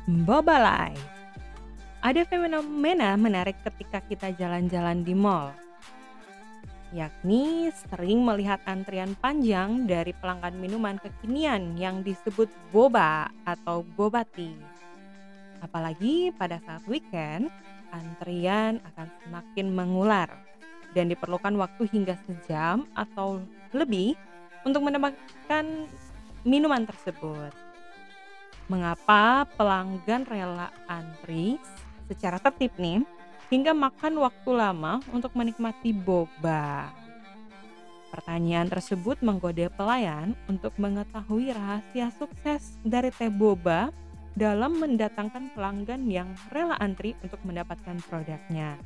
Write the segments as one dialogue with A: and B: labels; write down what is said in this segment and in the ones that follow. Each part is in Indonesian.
A: Boba Life. Ada fenomena menarik ketika kita jalan-jalan di mall, yakni sering melihat antrian panjang dari pelanggan minuman kekinian yang disebut boba atau boba tea. Apalagi pada saat weekend, antrian akan semakin mengular dan diperlukan waktu hingga sejam atau lebih untuk mendapatkan minuman tersebut. Mengapa pelanggan rela antri secara tertib nih hingga makan waktu lama untuk menikmati boba? Pertanyaan tersebut menggoda pelayan untuk mengetahui rahasia sukses dari teh boba dalam mendatangkan pelanggan yang rela antri untuk mendapatkan produknya.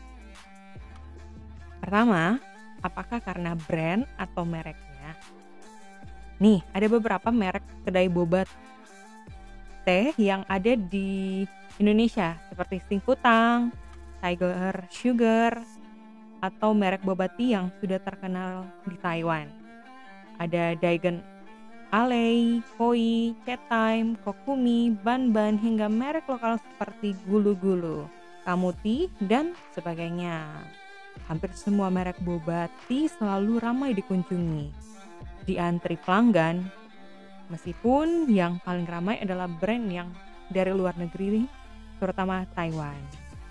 A: Pertama, apakah karena brand atau mereknya? Nih, ada beberapa merek kedai boba teh yang ada di Indonesia seperti Singkutang, Tiger Sugar, atau merek boba tea yang sudah terkenal di Taiwan. Ada Daigen Alley, Koi, Cetime, Kokumi, Banban, hingga merek lokal seperti Gulu-Gulu, Kamuti, dan sebagainya. Hampir semua merek boba tea selalu ramai dikunjungi, diantri pelanggan, meskipun yang paling ramai adalah brand yang dari luar negeri, terutama Taiwan.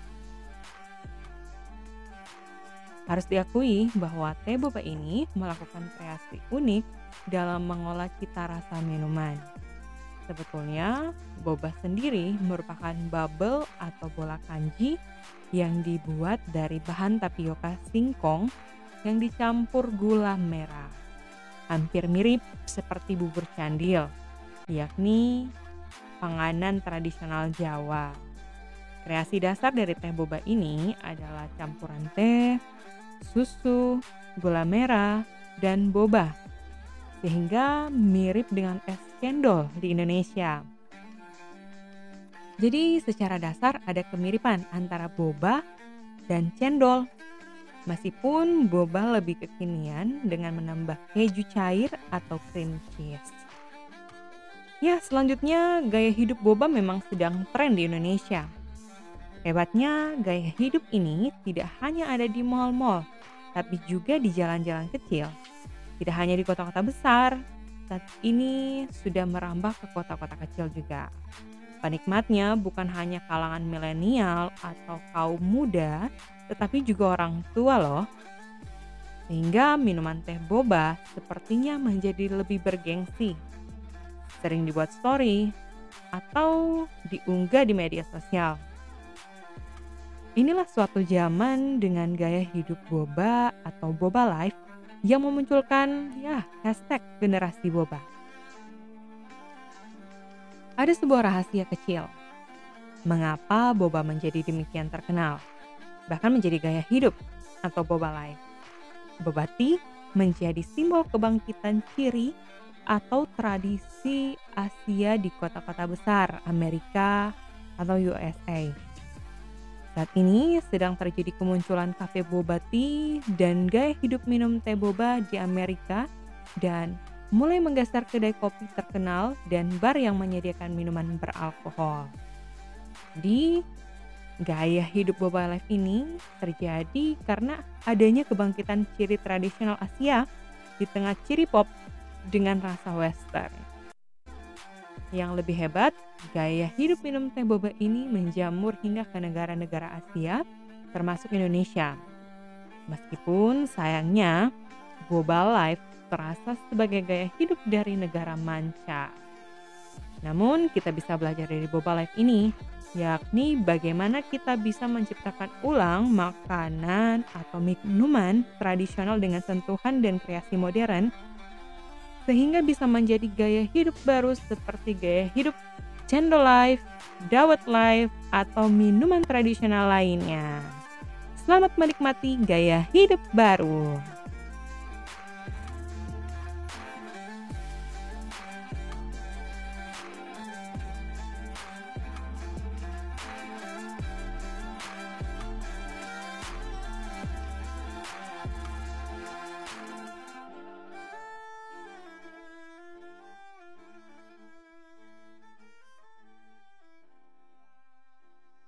A: Harus diakui bahwa teh boba ini melakukan kreasi unik dalam mengolah cita rasa minuman. Sebetulnya, boba sendiri merupakan bubble atau bola kanji yang dibuat dari bahan tapioka singkong yang dicampur gula merah. Hampir mirip seperti bubur candil, yakni panganan tradisional Jawa. Kreasi dasar dari teh boba ini adalah campuran teh, susu, gula merah, dan boba, sehingga mirip dengan es cendol di Indonesia. Jadi secara dasar ada kemiripan antara boba dan cendol. Meskipun boba lebih kekinian dengan menambah keju cair atau cream cheese. Ya, selanjutnya gaya hidup boba memang sedang tren di Indonesia. Hebatnya, gaya hidup ini tidak hanya ada di mal-mal, tapi juga di jalan-jalan kecil. Tidak hanya di kota-kota besar, saat ini sudah merambah ke kota-kota kecil juga. Penikmatnya bukan hanya kalangan milenial atau kaum muda, tetapi juga orang tua loh. Sehingga minuman teh boba sepertinya menjadi lebih bergengsi. Sering dibuat story atau diunggah di media sosial. Inilah suatu zaman dengan gaya hidup boba atau boba life yang memunculkan hashtag generasi boba. Ada sebuah rahasia kecil. Mengapa boba menjadi demikian terkenal? Bahkan menjadi gaya hidup atau boba life. Boba tea menjadi simbol kebangkitan ciri atau tradisi Asia di kota-kota besar Amerika atau USA. Saat ini sedang terjadi kemunculan kafe boba tea dan gaya hidup minum teh boba di Amerika dan mulai menggeser kedai kopi terkenal dan bar yang menyediakan minuman beralkohol. Di gaya hidup boba life ini terjadi karena adanya kebangkitan ciri tradisional Asia di tengah ciri pop dengan rasa western. Yang lebih hebat, gaya hidup minum teh boba ini menjamur hingga ke negara-negara Asia, termasuk Indonesia. Meskipun sayangnya, boba life terasa sebagai gaya hidup dari negara manca. Namun kita bisa belajar dari boba life ini, yakni bagaimana kita bisa menciptakan ulang makanan atau minuman tradisional dengan sentuhan dan kreasi modern, sehingga bisa menjadi gaya hidup baru seperti gaya hidup cendol life, dawet life, atau minuman tradisional lainnya. Selamat menikmati gaya hidup baru.